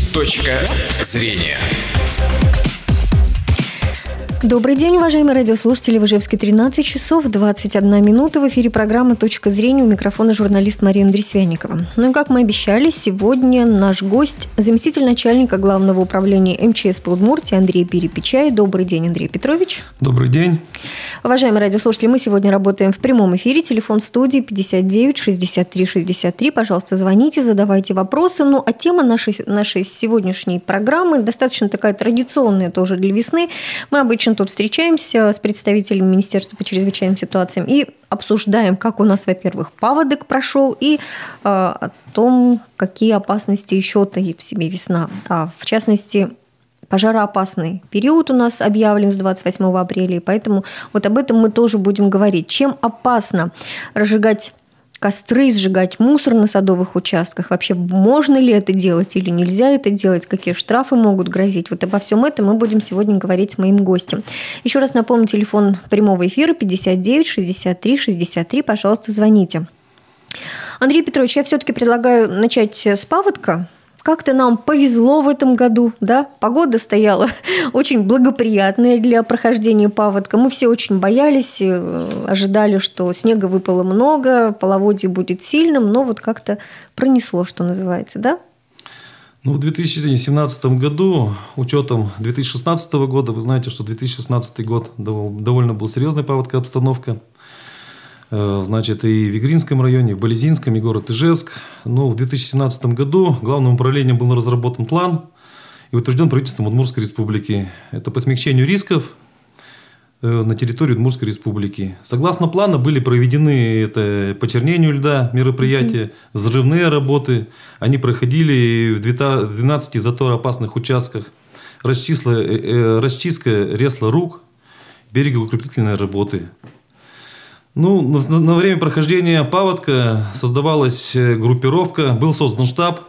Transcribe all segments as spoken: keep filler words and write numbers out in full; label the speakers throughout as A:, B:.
A: Точка зрения.
B: Добрый день, уважаемые радиослушатели. В Ижевске тринадцать часов двадцать одна минута. В эфире программа «Точка зрения». У микрофона журналист Марина Дресвянникова. Ну и как мы обещали, сегодня наш гость, заместитель начальника Главного управления эм че эс по Удмуртии Андрей Перепечай. Добрый день, Андрей Петрович.
C: Добрый день.
B: Уважаемые радиослушатели, мы сегодня работаем в прямом эфире. Телефон в студии пятьдесят девять шестьдесят три шестьдесят три. Пожалуйста, звоните, задавайте вопросы. Ну, а тема нашей, нашей сегодняшней программы достаточно такая традиционная тоже для весны. Мы обычно тут встречаемся с представителями Министерства по чрезвычайным ситуациям и обсуждаем, как у нас, во-первых, паводок прошел, и э, о том, какие опасности еще таит в себе весна. А, в частности, пожароопасный период у нас объявлен с двадцать восьмого апреля, и поэтому вот об этом мы тоже будем говорить. Чем опасно разжигать костры, сжигать мусор на садовых участках? Вообще, можно ли это делать или нельзя это делать? Какие штрафы могут грозить? Вот обо всем этом мы будем сегодня говорить с моим гостем. Еще раз напомню, телефон прямого эфира пятьдесят девять шестьдесят три шестьдесят три. Пожалуйста, звоните. Андрей Петрович, я все-таки предлагаю начать с паводка. Как-то нам повезло в этом году, да? Погода стояла очень благоприятная для прохождения паводка. Мы все очень боялись, ожидали, что снега выпало много, половодье будет сильным, но вот как-то пронесло, что называется, да?
C: Ну, в две тысячи семнадцатом году, учетом две тысячи шестнадцатого года, вы знаете, что две тысячи шестнадцатый год довольно был серьезная паводковая обстановка. Значит, и в Игринском районе, и в Болезинском, и город Ижевск. Но в две тысячи семнадцатом году Главным управлением был разработан план и утвержден правительством Удмуртской республики. Это по смягчению рисков на территории Удмуртской республики. Согласно плану были проведены это почернению льда мероприятия, взрывные работы. Они проходили в двенадцати затороопасных участках. Расчистка, расчистка ресла рук, берегоукрепительные работы. Ну, на, на время прохождения паводка создавалась группировка, был создан штаб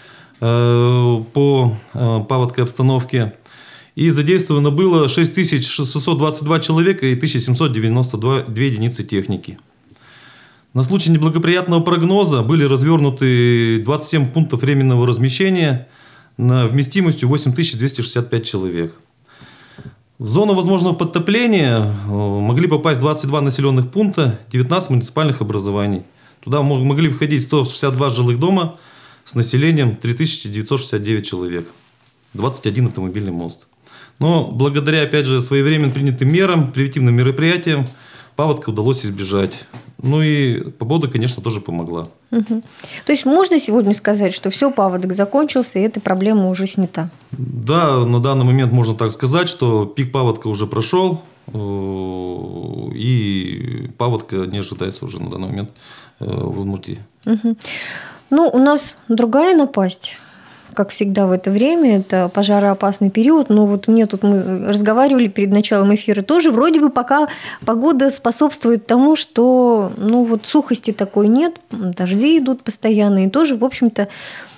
C: э, по э, паводковой обстановке. И задействовано было шесть тысяч шестьсот двадцать два человека и тысяча семьсот девяносто две единицы техники. На случай неблагоприятного прогноза были развернуты двадцать семь пунктов временного размещения на вместимостью восемь тысяч двести шестьдесят пять человек. В зону возможного подтопления могли попасть двадцать два населенных пункта, девятнадцать муниципальных образований. Туда могли входить сто шестьдесят два жилых дома с населением три тысячи девятьсот шестьдесят девять человек, двадцать один автомобильный мост. Но благодаря, опять же, своевременно принятым мерам, превентивным мероприятиям, паводка удалось избежать. Ну и погода, конечно, тоже помогла.
B: Угу. То есть можно сегодня сказать, что все, паводок закончился, и эта проблема уже снята?
C: Да, на данный момент можно так сказать, что пик паводка уже прошел, и паводка не ожидается уже на данный момент в Удмуртии.
B: Угу. Ну, у нас другая напасть. Как всегда в это время, это пожароопасный период. Но вот мне тут мы разговаривали перед началом эфира тоже. Вроде бы пока погода способствует тому, что ну вот сухости такой нет, дожди идут постоянно, и тоже, в общем-то,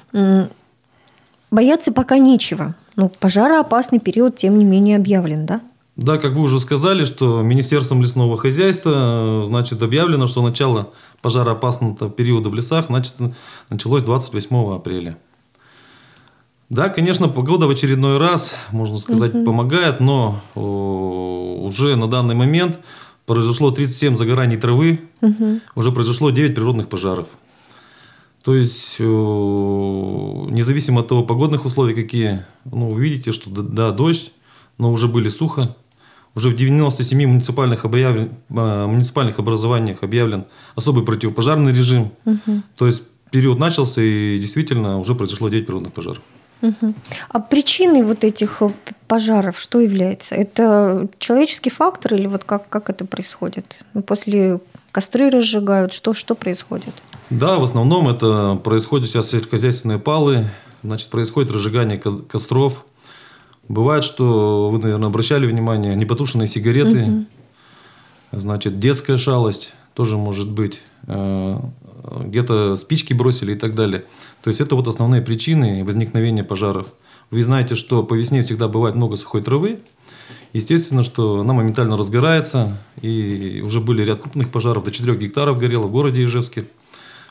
B: бояться пока нечего. Но пожароопасный период, тем не менее, объявлен, да?
C: Да, как вы уже сказали, что Министерством лесного хозяйства, значит, объявлено, что начало пожароопасного периода в лесах, значит, началось двадцать восьмого апреля. Да, конечно, погода в очередной раз, можно сказать, uh-huh. помогает, но о, уже на данный момент произошло тридцать семь загораний травы, uh-huh. уже произошло девять природных пожаров. То есть, о, независимо от того, погодных условий какие, ну, вы видите, что да, дождь, но уже были сухо. Уже в девяноста семи муниципальных, объявлен, муниципальных образованиях объявлен особый противопожарный режим. Uh-huh. То есть, период начался, и действительно уже произошло девять природных пожаров.
B: Угу. А причиной вот этих пожаров что является? Это человеческий фактор или вот как, как это происходит? После костры разжигают, что, что происходит? Да, в основном это происходит сейчас сельскохозяйственные палы, значит, происходит разжигание костров. Бывает, что вы, наверное, обращали внимание, непотушенные сигареты, угу. значит, детская шалость тоже может быть. Где-то спички бросили и так далее. То есть, это вот основные причины возникновения пожаров. Вы знаете, что по весне всегда бывает много сухой травы. Естественно, что она моментально разгорается. И уже были ряд крупных пожаров. До четырёх гектаров горело в городе Ижевске.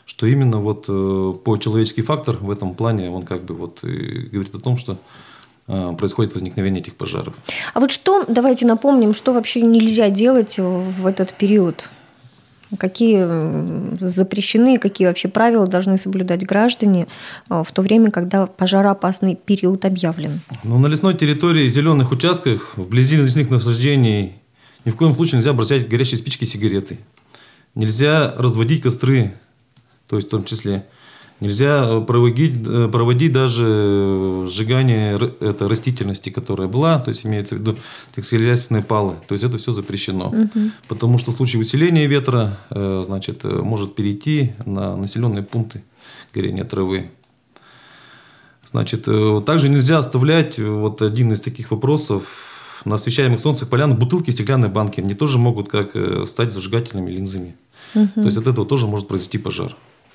C: что именно вот по человеческий фактор в этом плане он как бы вот говорит о том, что происходит возникновение этих пожаров.
B: А вот что, давайте напомним, что вообще нельзя делать в этот период? Какие запрещены, какие вообще правила должны соблюдать граждане в то время, когда пожароопасный период объявлен?
C: Ну, на лесной территории, зеленых участках, вблизи лесных насаждений ни в коем случае нельзя бросать горящие спички и сигареты. Нельзя разводить костры, то есть в том числе. Нельзя проводить, проводить даже сжигание это, растительности, которая была, то есть имеется в виду сельскохозяйственные палы. То есть это все запрещено. Угу. Потому что в случае усиления ветра значит, может перейти на населенные пункты горения травы. Значит, также нельзя оставлять, вот один из таких вопросов, на освещаемых солнцем полянах бутылки и стеклянные банки. Они тоже могут как стать зажигательными линзами. Угу. То есть от этого тоже может произойти пожар.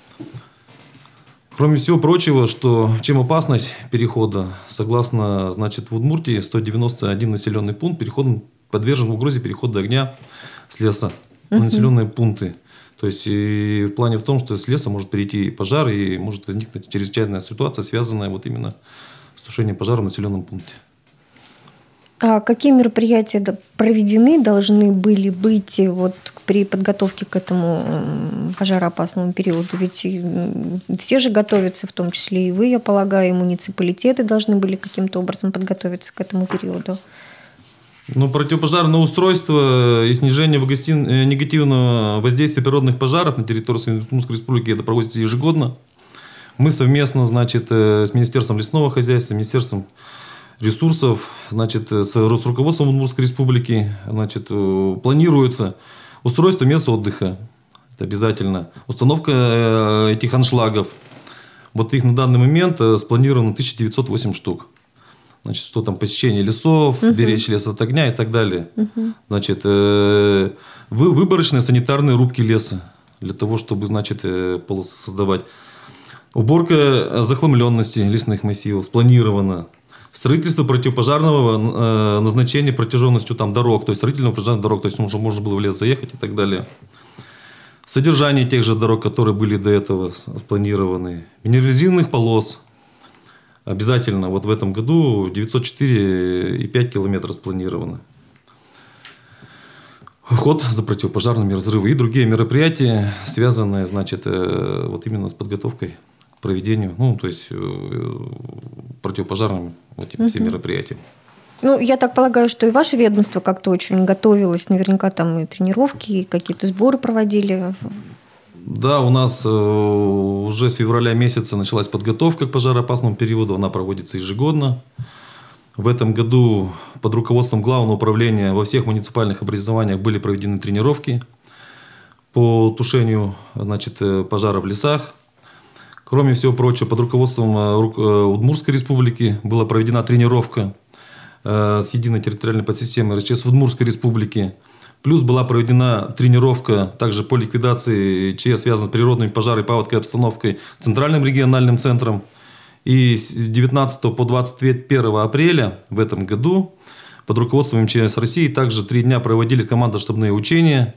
C: Кроме всего прочего, что чем опасность перехода, согласно, значит, в Удмуртии сто девяносто один населенный пункт переходом подвержен угрозе перехода огня с леса на населенные пункты. То есть и в плане в том, что с леса может перейти пожар и может возникнуть чрезвычайная ситуация, связанная вот именно с тушением пожара в населенном пункте.
B: А какие мероприятия проведены должны были быть вот при подготовке к этому пожароопасному периоду? Ведь все же готовятся, в том числе и вы, я полагаю, и муниципалитеты должны были каким-то образом подготовиться к этому периоду.
C: Ну, противопожарное устройство и снижение негативного воздействия природных пожаров на территории Удмуртской республики это проводится ежегодно. Мы совместно, значит, с Министерством лесного хозяйства, Министерством ресурсов, значит, с Росруководством Удмуртской республики, значит, планируется устройство мест отдыха. Это обязательно. Установка этих аншлагов. Вот их на данный момент спланировано тысяча девятьсот восемь штук. Значит, что там, посещение лесов, uh-huh. беречь лес от огня и так далее. Uh-huh. Значит, э, выборочные санитарные рубки леса. Для того, чтобы, значит, полосы создавать. Уборка захламленности лесных массивов спланирована. Строительство противопожарного э, назначения протяженностью там, дорог, то есть строительного протяженных дорог, то есть можно, можно было в лес заехать и так далее. Содержание тех же дорог, которые были до этого спланированы. Минерализированных полос. Обязательно вот в этом году девятьсот четыре и пять километров спланировано. Ход за противопожарными разрывами и другие мероприятия, связанные, значит, э, вот именно с подготовкой к проведению, ну, то есть э, противопожарным вот этим всем мероприятиям.
B: Ну, я так полагаю, что и ваше ведомство как-то очень готовилось, наверняка там и тренировки, и какие-то сборы проводили.
C: Да, у нас э, уже с февраля месяца началась подготовка к пожароопасному периоду, она проводится ежегодно. В этом году под руководством Главного управления во всех муниципальных образованиях были проведены тренировки по тушению, значит, пожара в лесах. Кроме всего прочего, под руководством Удмуртской республики была проведена тренировка с единой территориальной подсистемой РСЧС в Удмуртской республике. Плюс была проведена тренировка также по ликвидации ЧС, связанной с природными пожарами, паводковой обстановкой, Центральным региональным центром. И с девятнадцатого по двадцать первое апреля в этом году под руководством МЧС России также три дня проводились командно-штабные учения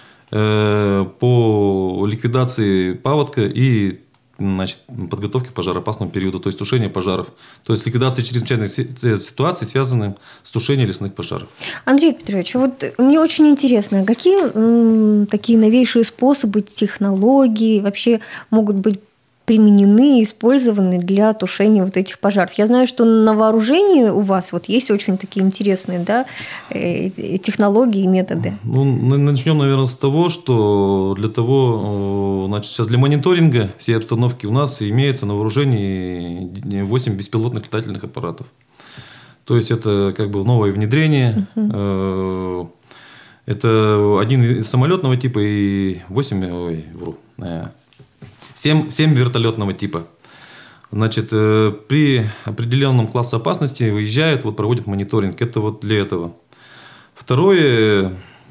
C: по ликвидации паводка и, значит, подготовке к пожароопасному периоду, то есть тушение пожаров, то есть ликвидация чрезвычайных ситуаций, связанных с тушением лесных пожаров.
B: Андрей Петрович, вот мне очень интересно, какие м, такие новейшие способы, технологии вообще могут быть применены и использованы для тушения вот этих пожаров. Я знаю, что на вооружении у вас вот есть очень такие интересные, да, технологии и методы. Ну,
C: начнем, наверное, с того, что для того, значит, сейчас для мониторинга всей обстановки у нас имеется на вооружении восемь беспилотных летательных аппаратов. То есть это как бы новое внедрение. Uh-huh. Это один самолетного типа и восемь, ой, вру, семь, семь вертолетного типа. Значит, при определенном классе опасности выезжают, вот, проводят мониторинг. Это вот для этого. Второе,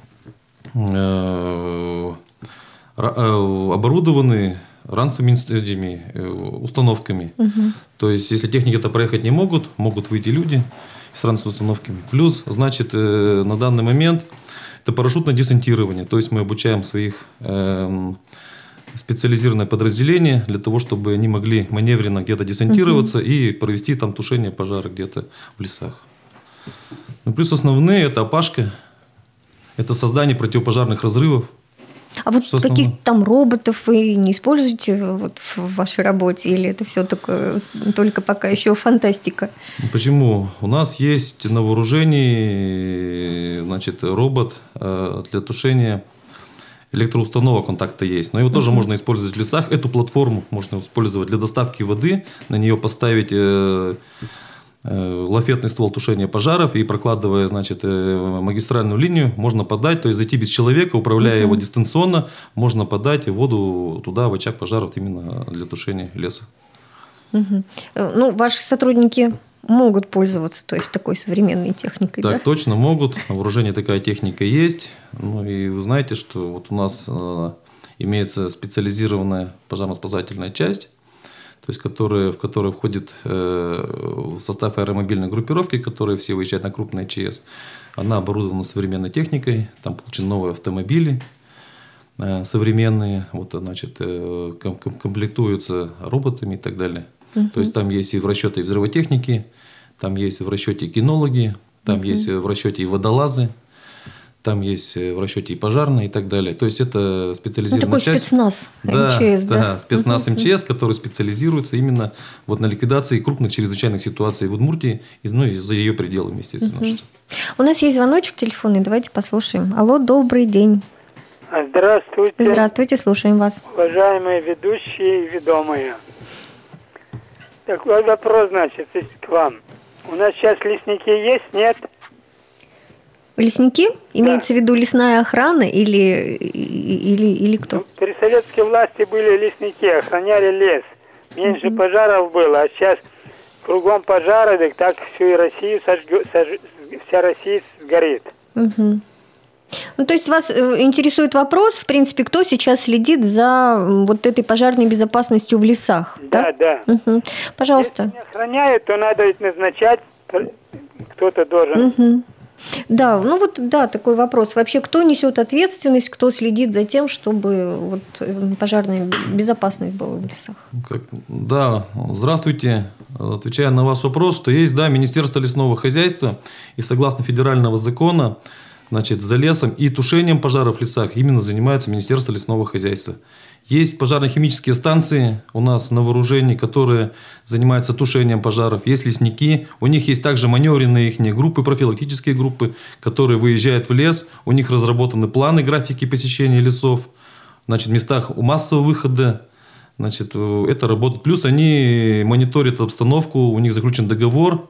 C: оборудованы ранцевыми установками. Угу. То есть, если техники-то проехать не могут, могут выйти люди с ранцевыми установками. Плюс, значит, на данный момент это парашютное десантирование. То есть, мы обучаем своих специализированное подразделение для того, чтобы они могли маневренно где-то десантироваться угу. и провести там тушение пожара где-то в лесах. Ну, плюс основные – это опашка, это создание противопожарных разрывов.
B: А вот каких-то там роботов вы не используете вот в вашей работе, или это все только, только пока еще фантастика?
C: Почему? У нас есть на вооружении, значит, робот для тушения электроустановок, он так-то есть. Но его uh-huh. тоже можно использовать в лесах. Эту платформу можно использовать для доставки воды, на нее поставить э, э, лафетный ствол тушения пожаров и, прокладывая, значит, э, магистральную линию, можно подать, то есть зайти без человека, управляя uh-huh. его дистанционно, можно подать воду туда, в очаг пожаров, именно для тушения леса.
B: Uh-huh. Ну, ваши сотрудники могут пользоваться, то есть, такой современной техникой,
C: так,
B: да?
C: точно могут. На вооружении такая техника есть. Ну, и вы знаете, что вот у нас э, имеется специализированная пожарно-спасательная часть, то есть, которая, в которой входит э, в состав аэромобильной группировки, которые все выезжают на крупные ЧС. Она оборудована современной техникой, там получены новые автомобили э, современные, вот, значит, э, ком- комплектуются роботами и так далее. Uh-huh. То есть, там есть и в расчете взрывотехники, там есть в расчете кинологи, там uh-huh. есть в расчете и водолазы, там есть в расчете и пожарные и так далее. То есть, это специализированная
B: ну, такой
C: часть.
B: спецназ
C: да,
B: МЧС, да?
C: Да, спецназ
B: uh-huh.
C: МЧС, который специализируется именно вот на ликвидации крупных чрезвычайных ситуаций в Удмуртии, ну и за ее пределами, естественно. Uh-huh.
B: У нас есть звоночек телефонный, давайте послушаем. Алло, добрый день.
D: Здравствуйте.
B: Здравствуйте, слушаем вас.
D: Уважаемые ведущие и ведомые. Такой вопрос, значит, к вам. У нас сейчас лесники есть, нет?
B: Лесники? Имеется да. в виду лесная охрана или, или, или кто?
D: Ну, при советской власти были лесники, охраняли лес. Меньше uh-huh. пожаров было, а сейчас кругом пожары, так, так всю и Россию сожг... сож... вся Россия сгорит.
B: Uh-huh. Ну, то есть вас интересует вопрос, в принципе, кто сейчас следит за вот этой пожарной безопасностью в лесах?
D: Да, да.
B: да. Угу. Пожалуйста.
D: Если не охраняют, то надо ведь назначать, кто-то должен.
B: Угу. Да, ну вот, да, такой вопрос. Вообще, кто несет ответственность, кто следит за тем, чтобы вот пожарная безопасность была в лесах?
C: Как? Да, здравствуйте. Отвечая на ваш вопрос, что есть, да, Министерство лесного хозяйства, и согласно федерального закона, значит, за лесом и тушением пожаров в лесах именно занимается Министерство лесного хозяйства. Есть пожарно-химические станции у нас на вооружении, которые занимаются тушением пожаров. Есть лесники, у них есть также маневренные их группы, профилактические группы, которые выезжают в лес. У них разработаны планы, графики посещения лесов, значит, в местах массового выхода. Значит, это работает. Плюс они мониторят обстановку, у них заключен договор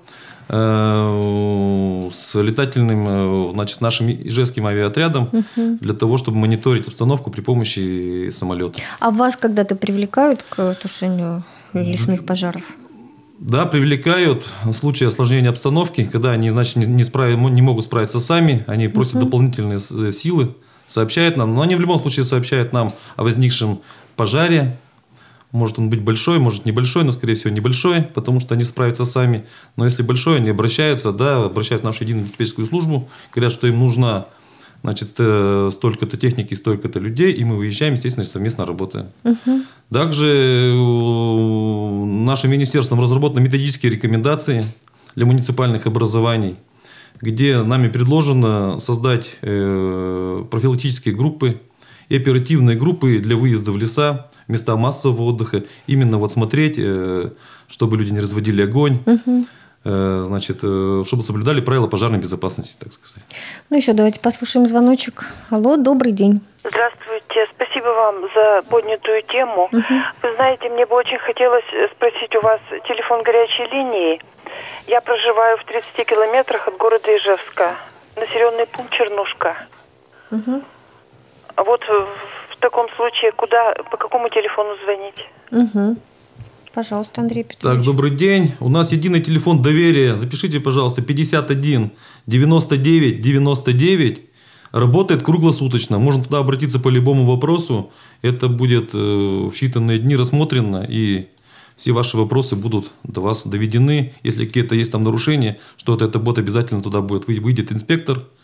C: с летательным, значит, с нашим ижевским авиаотрядом угу. для того, чтобы мониторить обстановку при помощи самолета.
B: А вас когда-то привлекают к тушению лесных пожаров?
C: Да, привлекают в случае осложнения обстановки, когда они, значит, не, не, справ... не могут справиться сами, они просят угу. дополнительные силы, сообщают нам, но они в любом случае сообщают нам о возникшем пожаре. Может он быть большой, может небольшой, но, скорее всего, небольшой, потому что они справятся сами. Но если большой, они обращаются, да, обращаются в нашу единую диспетчерскую службу, говорят, что им нужно, значит, столько-то техники, столько-то людей, и мы выезжаем, естественно, совместно работаем. Угу. Также нашим министерством разработаны методические рекомендации для муниципальных образований, где нами предложено создать профилактические группы и оперативные группы для выезда в леса, места массового отдыха, именно вот смотреть, чтобы люди не разводили огонь, угу. значит, чтобы соблюдали правила пожарной безопасности, так сказать.
B: Ну еще давайте послушаем звоночек. Алло, добрый день.
E: Здравствуйте, спасибо вам за поднятую тему. Угу. Вы знаете, мне бы очень хотелось спросить у вас телефон горячей линии. Я проживаю в тридцати километрах от города Ижевска, населенный пункт Чернушка. Угу. Вот в таком случае, куда, по какому телефону звонить?
B: Угу. Пожалуйста, Андрей Петрович.
C: Так, добрый день. У нас единый телефон доверия. Запишите, пожалуйста, пятьдесят один девяносто девять девяносто девять. Работает круглосуточно. Можно туда обратиться по любому вопросу. Это будет в считанные дни рассмотрено, и все ваши вопросы будут до вас доведены. Если какие-то есть там нарушения, что-то, это будет обязательно туда будет. Выйдет инспектор,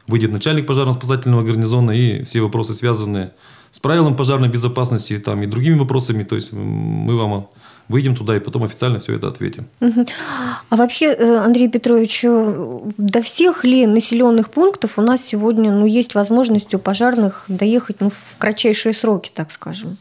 C: выйдет начальник пожарно-спасательного гарнизона, и все вопросы, связанные с правилами пожарной безопасности там, и другими вопросами, то есть мы вам выйдем туда и потом официально все это ответим.
B: А вообще, Андрей Петрович, до всех ли населенных пунктов у нас сегодня ну, есть возможность у пожарных доехать ну, в кратчайшие сроки, так скажем?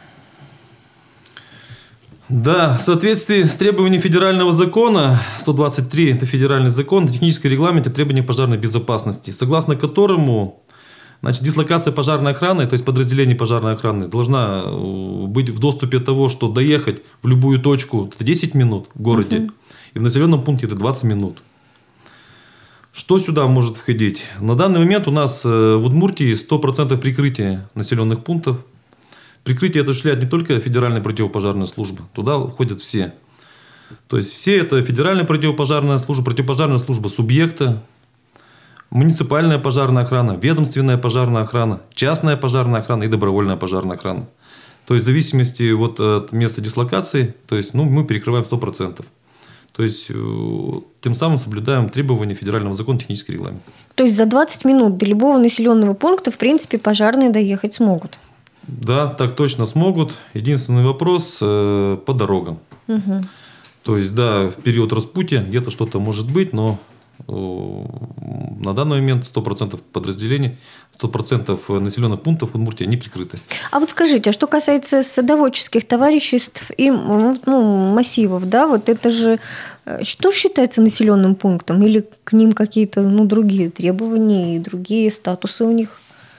C: Да, в соответствии с требованиями федерального закона, сто двадцать три, это федеральный закон, технический регламент о требованиях пожарной безопасности, согласно которому значит, дислокация пожарной охраны, то есть подразделение пожарной охраны, должна быть в доступе того, что доехать в любую точку это десять минут в городе, uh-huh. и в населенном пункте это двадцать минут. Что сюда может входить? На данный момент у нас в Удмуртии сто процентов прикрытия населенных пунктов. Прикрытие это осуществляет не только федеральная противопожарная служба, туда входят все. То есть все это федеральная противопожарная служба, противопожарная служба субъекта, муниципальная пожарная охрана, ведомственная пожарная охрана, частная пожарная охрана и добровольная пожарная охрана. То есть в зависимости вот от места дислокации, то есть, ну, мы перекрываем сто процентов. То есть тем самым соблюдаем требования федерального закона технический регламент.
B: То есть за двадцать минут до любого населенного пункта в принципе пожарные доехать смогут?
C: Да, так точно смогут. Единственный вопрос э, по дорогам. Угу. То есть, да, в период распутья где-то что-то может быть, но э, на данный момент сто процентов подразделений, сто процентов населенных пунктов в Удмуртии не прикрыты. А
B: вот скажите, а что касается садоводческих товариществ и ну, массивов, да, вот это же что считается населенным пунктом? Или к ним какие-то ну, другие требования и другие статусы у них?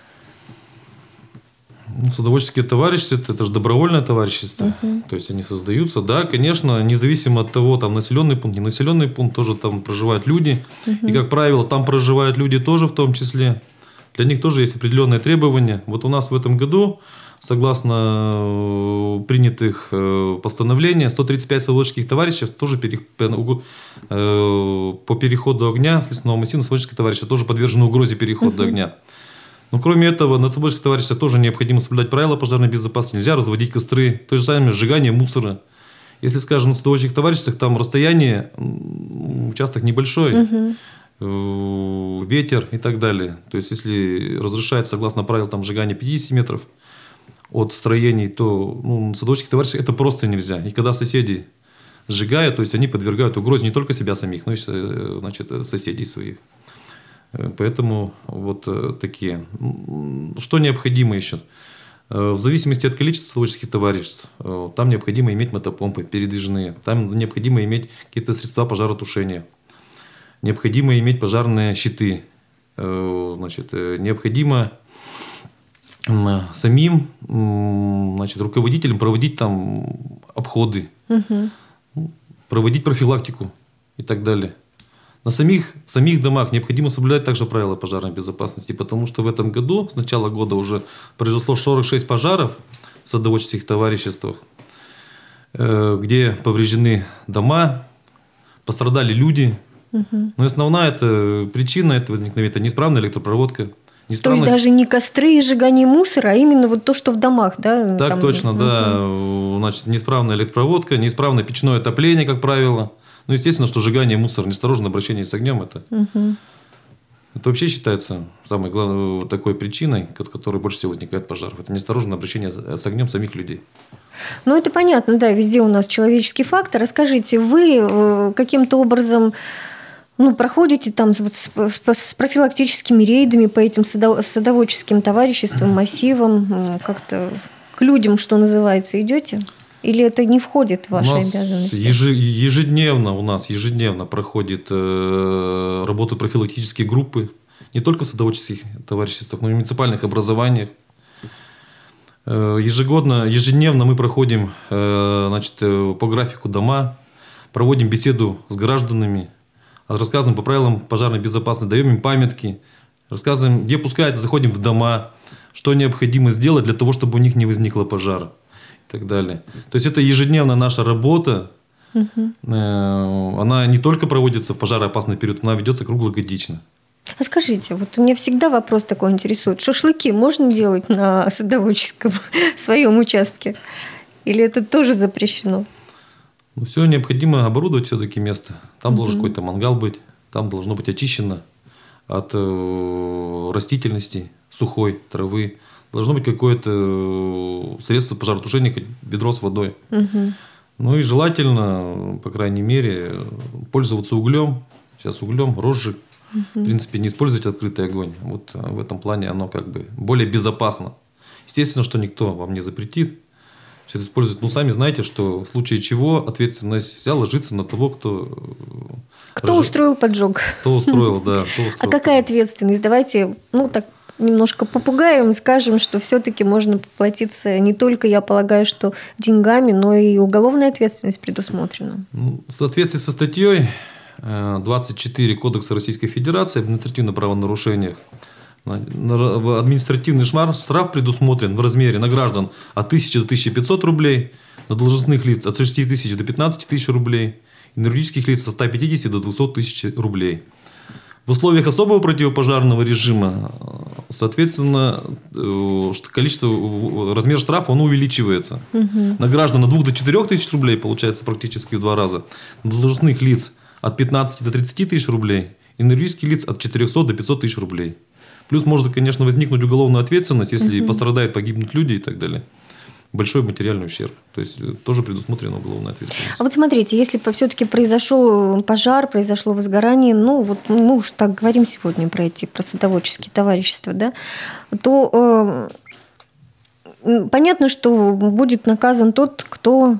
C: Ну, садоводческие товарищества – это же добровольное товарищество. Uh-huh. То есть, они создаются. Да, конечно, независимо от того, там населенный пункт, не населенный пункт, тоже там проживают люди. Uh-huh. И, как правило, там проживают люди тоже в том числе. Для них тоже есть определенные требования. Вот у нас в этом году, согласно принятых постановлениям, сто тридцать пять садоводческих товариществ тоже пере... по переходу огня с лесного массива садоводческие товарищества тоже подвержены угрозе перехода uh-huh. огня. Но кроме этого, на садоводческих товариществах тоже необходимо соблюдать правила пожарной безопасности. Нельзя разводить костры. То же самое сжигание мусора. Если, скажем, на садоводческих товариществах там расстояние, участок небольшой, угу. ветер и так далее. То есть, если разрешается, согласно правилам, там, сжигание пятьдесят метров от строений, то ну, на садоводческих товариществах это просто нельзя. И когда соседи сжигают, то есть, они подвергают угрозе не только себя самих, но и значит, соседей своих. Поэтому вот такие. Что необходимо еще? В зависимости от количества садоводческих товариществ, там необходимо иметь мотопомпы передвижные, там необходимо иметь какие-то средства пожаротушения, необходимо иметь пожарные щиты, значит, необходимо самим значит, руководителям проводить там обходы, угу. проводить профилактику и так далее. На самих, в самих домах необходимо соблюдать также правила пожарной безопасности, потому что в этом году, с начала года уже произошло сорок шесть пожаров в садоводческих товариществах, где повреждены дома, пострадали люди. Угу. Но основная это причина этого возникновения – это неисправная электропроводка.
B: То есть даже не костры и сжигание мусора, а именно вот то, что в домах, да?
C: Так
B: там...
C: точно, угу. да. Значит, неисправная электропроводка, неисправное печное отопление, как правило. Ну, естественно, что сжигание мусора, неосторожное обращение с огнем, это, угу. это вообще считается самой главной такой причиной, от которой больше всего возникает пожаров. Это неосторожное обращение с огнем самих людей.
B: Ну, это понятно, да, везде у нас человеческий фактор. Расскажите, вы каким-то образом ну, проходите там вот с, с профилактическими рейдами по этим садоводческим товариществам, массивам, как-то к людям, что называется, идете? Или это не входит в ваши у нас обязанности?
C: Ежедневно у нас ежедневно проходит э, работы профилактические группы, не только в садоводческих товариществах, но и в муниципальных образованиях. Э, ежегодно, ежедневно мы проходим э, значит, по графику дома, проводим беседу с гражданами, рассказываем по правилам пожарной безопасности, даем им памятки, рассказываем, где пускают, заходим в дома, что необходимо сделать для того, чтобы у них не возникло пожара. И так далее. То есть это ежедневная наша работа. Угу. Она не только проводится в пожароопасный период, она ведется круглогодично.
B: А скажите, вот у меня всегда вопрос такой интересует. Шашлыки можно делать на садоводческом своем участке? Или это тоже запрещено?
C: Ну, все необходимо оборудовать все-таки место. Там угу. должен какой-то мангал быть, там должно быть очищено от э, растительности, сухой травы. Должно быть какое-то средство пожаротушения, хоть ведро с водой. Угу. Ну и желательно, по крайней мере, пользоваться углем. Сейчас углем, розжиг. Угу. В принципе, не использовать открытый огонь. Вот в этом плане оно как бы более безопасно. Естественно, что никто вам не запретит все это использовать. Но сами знаете, что в случае чего ответственность вся ложится на того, кто...
B: Кто
C: разж...
B: устроил поджог.
C: Кто устроил, да. Кто устроил
B: а какая поджог. Ответственность? Давайте, ну так... немножко попугаем, скажем, что все-таки можно поплатиться не только, я полагаю, что деньгами, но и уголовная ответственность предусмотрена.
C: В соответствии со статьей двадцать четыре Кодекса Российской Федерации об административных правонарушениях, административный штраф предусмотрен в размере на граждан от тысячи до тысячи пятисот рублей, на должностных лиц от шести тысяч до пятнадцати тысяч рублей, и на юридических лиц от ста пятидесяти до двухсот тысяч рублей. В условиях особого противопожарного режима, соответственно, количество, размер штрафа он увеличивается. Угу. На граждан от двух до четырёх тысяч рублей, получается практически в два раза. На должностных лиц от пятнадцати до тридцати тысяч рублей. И на юридических лиц от четырехсот до пятисот тысяч рублей. Плюс может, конечно, возникнуть уголовная ответственность, если угу. пострадают, погибнут люди и так далее. Большой материальный ущерб. То есть тоже предусмотрена уголовная ответственность.
B: А вот смотрите, если все-таки произошел пожар, произошло возгорание, ну вот мы уж так говорим сегодня про эти про садоводческие товарищества, да, то э, понятно, что будет наказан тот, кто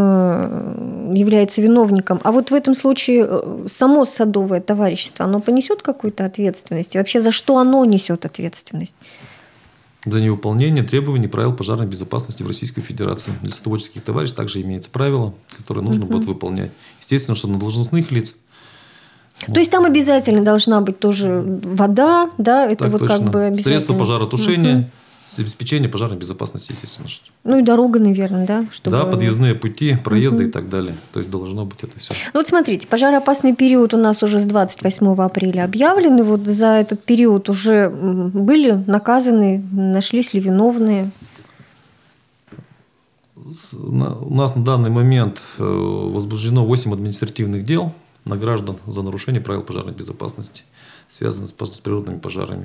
B: э, является виновником. А вот в этом случае само садовое товарищество, оно понесет какую-то ответственность? И вообще за что оно несет ответственность?
C: За невыполнение требований правил пожарной безопасности в Российской Федерации. Для садоводческих товарищей также имеется правило, которое нужно угу. будет выполнять. Естественно, что на должностных лиц.
B: То есть там обязательно должна быть тоже вода, да? Это
C: так
B: вот
C: точно.
B: Как бы обязательно.
C: Средства пожаротушения,
B: угу.
C: обеспечение пожарной безопасности, естественно. Что...
B: Ну и дорога, наверное, да? Чтобы...
C: Да, подъездные пути, проезды
B: угу.
C: и так далее. То есть должно быть это все.
B: Ну вот смотрите, пожароопасный период у нас уже с двадцать восьмого апреля объявлен. И вот за этот период уже были наказаны, нашлись ли виновные?
C: У нас на данный момент возбуждено восемь административных дел на граждан за нарушение правил пожарной безопасности, связанных с природными пожарами.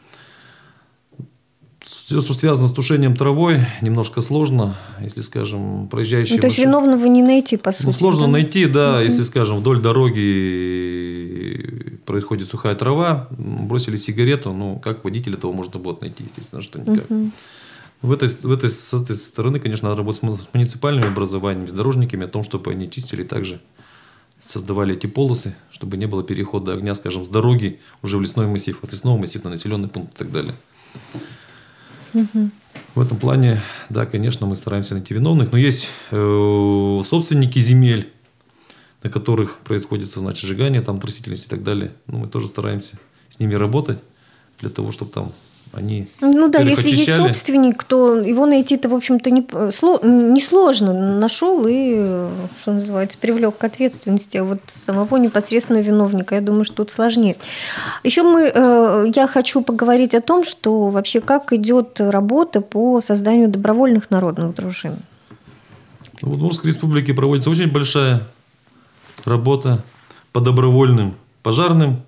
C: Все, что связано с тушением травой, немножко сложно, если, скажем, проезжающие...
B: Ну, то есть
C: машины...
B: виновного не найти, по сути.
C: Ну, сложно
B: да?
C: найти, да, uh-huh. если, скажем, вдоль дороги происходит сухая трава, бросили сигарету, ну, как водитель этого можно будет найти, естественно, что никак. Uh-huh. В этой, в этой, с этой стороны, конечно, надо работать с муниципальными образованиями, с дорожниками, о том, чтобы они чистили также, создавали эти полосы, чтобы не было перехода огня, скажем, с дороги уже в лесной массив, от лесного массива на населенный пункт и так далее. Угу. В этом плане, да, конечно, мы стараемся найти виновных, но есть э, собственники земель, на которых происходит, значит, сжигание, там, растительность и так далее. Ну, мы тоже стараемся с ними работать для того, чтобы там они
B: ну да, если очищали. Есть собственник, то его найти-то, в общем-то, не, не сложно. Нашел и, что называется, привлек к ответственности. А вот самого непосредственного виновника, я думаю, что тут сложнее. Еще мы, я хочу поговорить о том, что вообще как идет работа по созданию добровольных народных дружин.
C: В Удмуртской республике проводится очень большая работа по добровольным пожарным.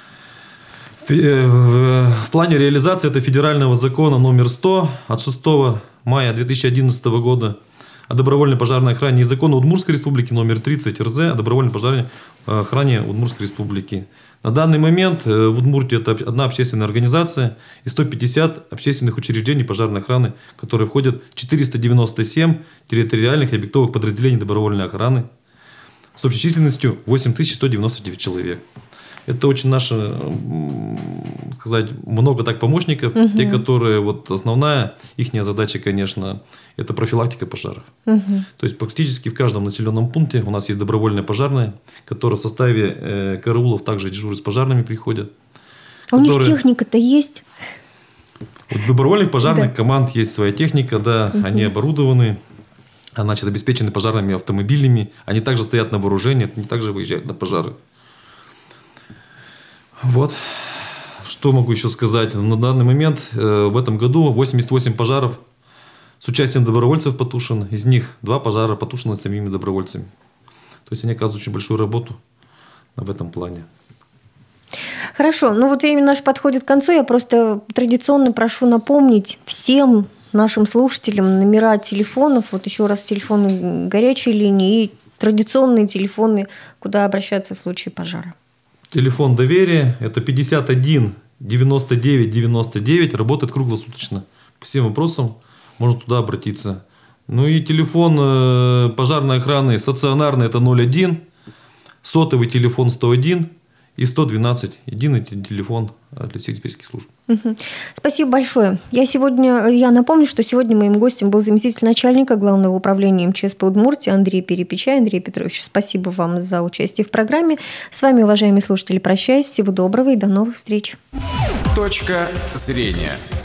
C: В плане реализации это федерального закона номер сто от шестого мая две тысячи одиннадцатого года о добровольной пожарной охране и закона Удмуртской республики номер тридцать эр зэ о добровольной пожарной охране Удмуртской республики. На данный момент в Удмуртии это одна общественная организация и сто пятьдесят общественных учреждений пожарной охраны, в которые входят четыреста девяносто семь территориальных и объектовых подразделений добровольной охраны с общей численностью восемь тысяч сто девяносто девять человек. Это очень наши, сказать, много так помощников, угу. те, которые, вот основная их задача, конечно, это профилактика пожаров. Угу. То есть практически в каждом населенном пункте у нас есть добровольные пожарные, которые в составе э, караулов также дежурят с пожарными приходят.
B: А которые... у них техника-то есть?
C: У добровольных пожарных да. команд есть своя техника, да, угу. они оборудованы, значит, обеспечены пожарными автомобилями, они также стоят на вооружении, они также выезжают на пожары. Вот, что могу еще сказать. На данный момент э, в этом году восемьдесят восемь пожаров с участием добровольцев потушено. Из них два пожара потушены самими добровольцами. То есть они оказывают очень большую работу в этом плане.
B: Хорошо, ну вот время наше подходит к концу. Я просто традиционно прошу напомнить всем нашим слушателям номера телефонов. Вот еще раз телефоны горячей линии и традиционные телефоны, куда обращаться в случае пожара.
C: Телефон доверия – это пятьдесят один девяносто девять девяносто девять, работает круглосуточно. По всем вопросам можно туда обратиться. Ну и телефон пожарной охраны стационарный – это ноль один, сотовый телефон сто один и сто двенадцать. Единый телефон для всех диспетчерских служб.
B: Угу. Спасибо большое. Я сегодня, я напомню, что сегодня моим гостем был заместитель начальника Главного управления эм че эс по Удмуртии Андрей Перепечай. Андрей Петрович, спасибо вам за участие в программе. С вами, уважаемые слушатели, прощаюсь. Всего доброго и до новых встреч.
A: Точка зрения.